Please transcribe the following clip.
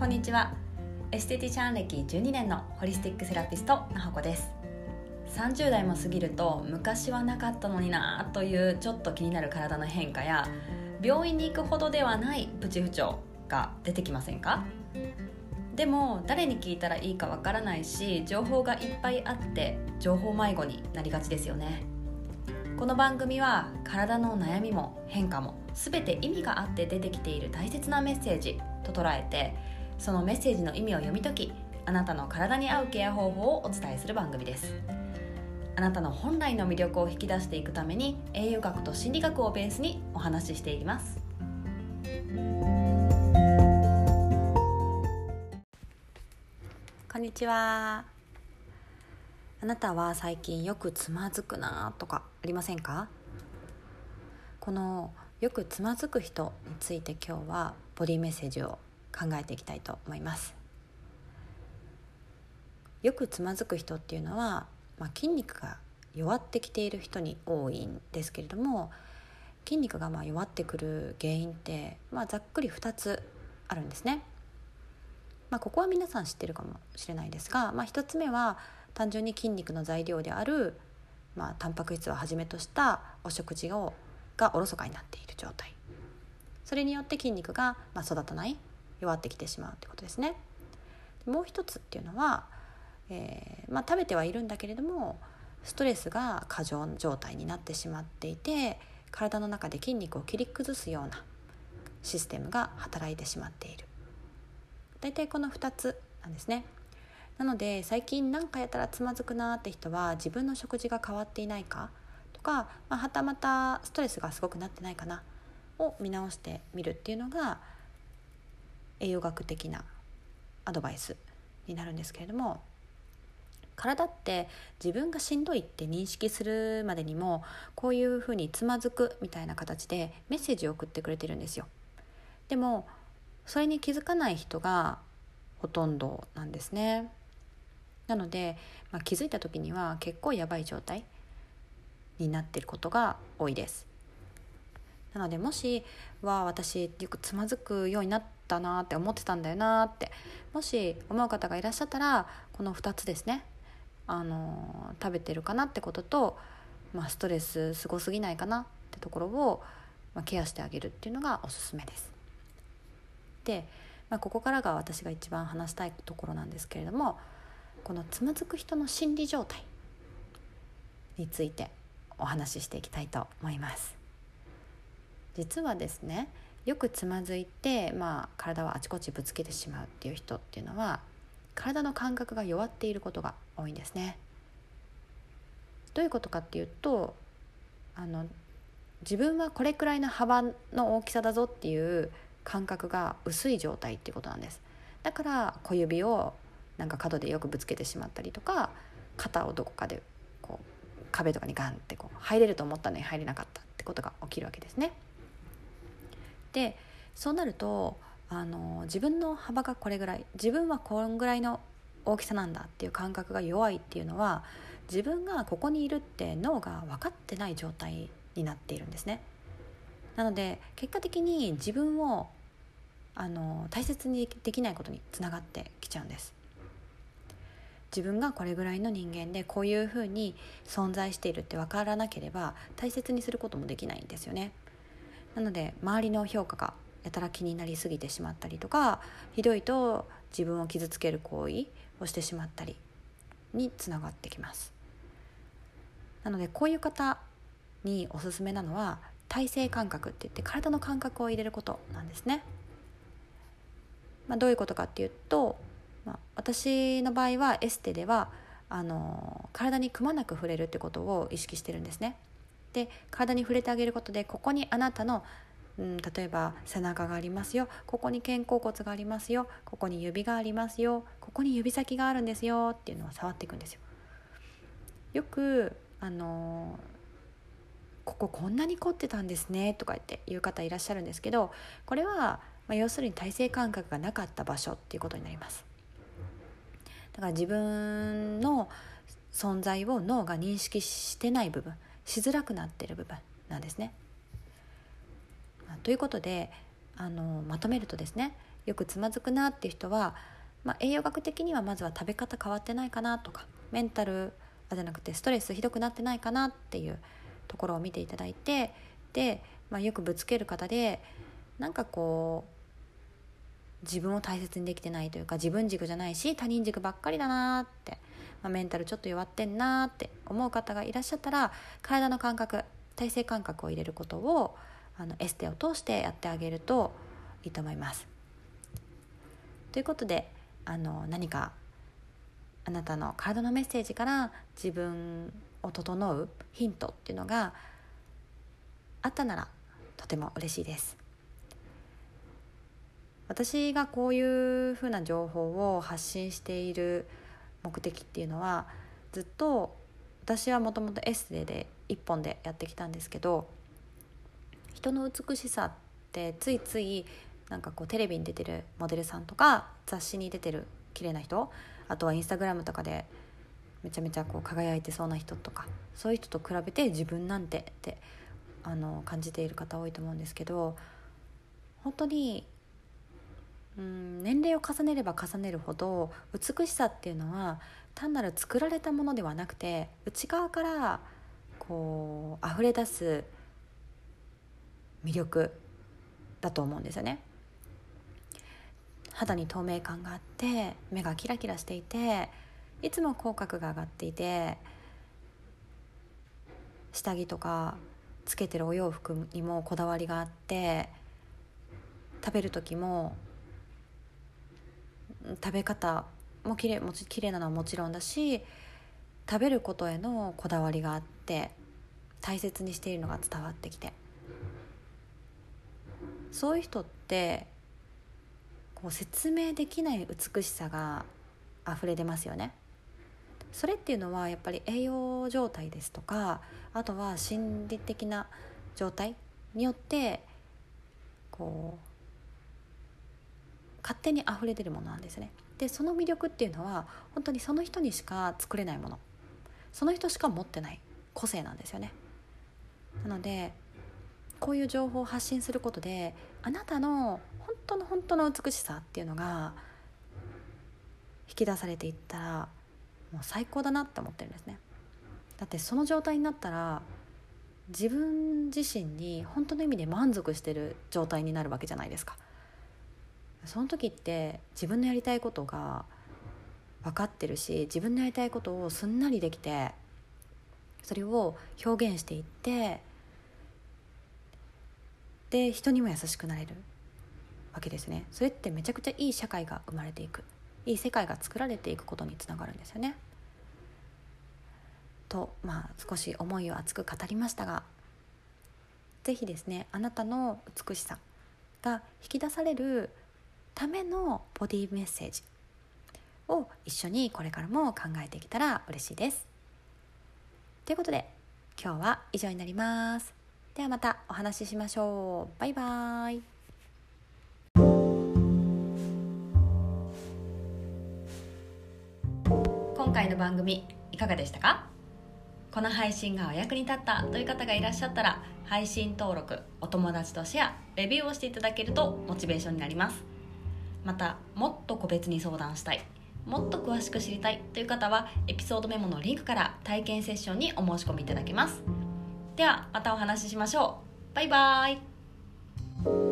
こんにちは。エステティシャン歴12年のホリスティックセラピストなほこです。30代も過ぎると昔はなかったのになというちょっと気になる体の変化や病院に行くほどではないプチ不調が出てきませんか？でも誰に聞いたらいいかわからないし、情報がいっぱいあって情報迷子になりがちですよね。この番組は体の悩みも変化も全て意味があって出てきている大切なメッセージと捉えて、そのメッセージの意味を読み解き、あなたの体に合うケア方法をお伝えする番組です。あなたの本来の魅力を引き出していくために、栄養学と心理学をベースにお話ししていきます。こんにちは。あなたは最近よくつまずくなとかありませんか？このよくつまずく人について今日はボディメッセージを考えていきたいと思います。よくつまずく人っていうのは、筋肉が弱ってきている人に多いんですけれども、筋肉が弱ってくる原因って、ざっくり2つあるんですね。ここは皆さん知ってるかもしれないですが、1つ目は単純に筋肉の材料である、タンパク質をはじめとしたお食事がおろそかになっている状態。それによって筋肉が育たない、弱ってきてしまうということですね。もう一つっていうのは、食べてはいるんだけれどもストレスが過剰状態になってしまっていて、体の中で筋肉を切り崩すようなシステムが働いてしまっている。だいたいこの2つなんですね。なので最近何かやったらつまずくなって人は、自分の食事が変わっていないかとか、はたまたストレスがすごくなってないかなを見直してみるっていうのが栄養学的なアドバイスになるんですけれども、体って自分がしんどいって認識するまでにも、こういうふうにつまずくみたいな形でメッセージを送ってくれてるんですよ。でもそれに気づかない人がほとんどなんですね。なので、気づいた時には結構やばい状態になっていることが多いです。なのでもし私よくつまずくようになったなって思ってたんだよなってもし思う方がいらっしゃったら、この2つですね、食べてるかなってことと、ストレスすごすぎないかなってところを、ケアしてあげるっていうのがおすすめです。で、ここからが私が一番話したいところなんですけれども、このつまずく人の心理状態についてお話ししていきたいと思います。実はですね、よくつまずいて、体をあちこちぶつけてしまうっていう人っていうのは、体の感覚が弱っていることが多いんですね。どういうことかっていうと、自分はこれくらいの幅の大きさだぞっていう感覚が薄い状態っていうことなんです。だから小指を角でよくぶつけてしまったりとか、肩をどこかで壁とかにガンって入れると思ったのに入れなかったってことが起きるわけですね。で、そうなると自分の幅がこれぐらい、自分はこんぐらいの大きさなんだっていう感覚が弱いっていうのは、自分がここにいるって脳が分かってない状態になっているんですね。なので結果的に自分を大切にできないことにつながってきちゃうんです。自分がこれぐらいの人間でこういうふうに存在しているって分からなければ大切にすることもできないんですよね。なので周りの評価がやたら気になりすぎてしまったりとか、ひどいと自分を傷つける行為をしてしまったりにつながってきます。なのでこういう方におすすめなのは、体勢感覚っていって体の感覚を入れることなんですね。どういうことかっていうと、私の場合はエステでは体にくまなく触れるってことを意識してるんですね。で、体に触れてあげることで、ここにあなたの、例えば背中がありますよ、ここに肩甲骨がありますよ、ここに指がありますよ、ここに指先があるんですよっていうのを触っていくんですよ。よくこここんなに凝ってたんですねとか言う方いらっしゃるんですけど、これは、要するに体勢感覚がなかった場所っていうことになります。だから自分の存在を脳が認識してない部分、しづらくなっている部分なんですね。ということでまとめるとですね、 よくつまずくなっていう人は、栄養学的にはまずは食べ方変わってないかなとか、メンタルじゃなくてストレスひどくなってないかなっていうところを見ていただいて、で、よくぶつける方でなんか自分を大切にできてないというか、自分軸じゃないし他人軸ばっかりだなって、メンタルちょっと弱ってんなって思う方がいらっしゃったら、体の感覚、体勢感覚を入れることをエステを通してやってあげるといいと思います。ということで何かあなたの体のメッセージから自分を整うヒントっていうのがあったならとても嬉しいです。私がこういうふうな情報を発信している目的っていうのは、ずっと私はもともとエステで一本でやってきたんですけど、人の美しさってついついテレビに出てるモデルさんとか雑誌に出てる綺麗な人、あとはインスタグラムとかでめちゃめちゃ輝いてそうな人とか、そういう人と比べて自分なんてって感じている方多いと思うんですけど、本当に年齢を重ねれば重ねるほど美しさっていうのは単なる作られたものではなくて、内側から溢れ出す魅力だと思うんですよね。肌に透明感があって、目がキラキラしていて、いつも口角が上がっていて、下着とかつけてるお洋服にもこだわりがあって、食べる時も食べ方も綺麗なのはもちろんだし、食べることへのこだわりがあって大切にしているのが伝わってきて、そういう人って説明できない美しさが溢れ出ますよね。それっていうのはやっぱり栄養状態ですとか、あとは心理的な状態によって勝手に溢れ出るものなんですね。でその魅力っていうのは本当にその人にしか作れないもの、その人しか持ってない個性なんですよね。なのでこういう情報を発信することで、あなたの本当の美しさっていうのが引き出されていったらもう最高だなって思ってるんですね。だってその状態になったら自分自身に本当の意味で満足してる状態になるわけじゃないですか。その時って自分のやりたいことが分かってるし、自分のやりたいことをすんなりできて、それを表現していって、で人にも優しくなれるわけですね。それってめちゃくちゃいい社会が生まれていく、いい世界が作られていくことにつながるんですよね。と少し思いを熱く語りましたが、ぜひですね、あなたの美しさが引き出されるためのボディメッセージを一緒にこれからも考えていけたら嬉しいです。ということで今日は以上になります。ではまたお話ししましょう。バイバイ。今回の番組いかがでしたか？この配信がお役に立ったという方がいらっしゃったら、配信登録、お友達とシェア、レビューをしていただけるとモチベーションになります。またもっと個別に相談したい、もっと詳しく知りたいという方はエピソードメモのリンクから体験セッションにお申し込みいただけます。ではまたお話ししましょう。バイバイ。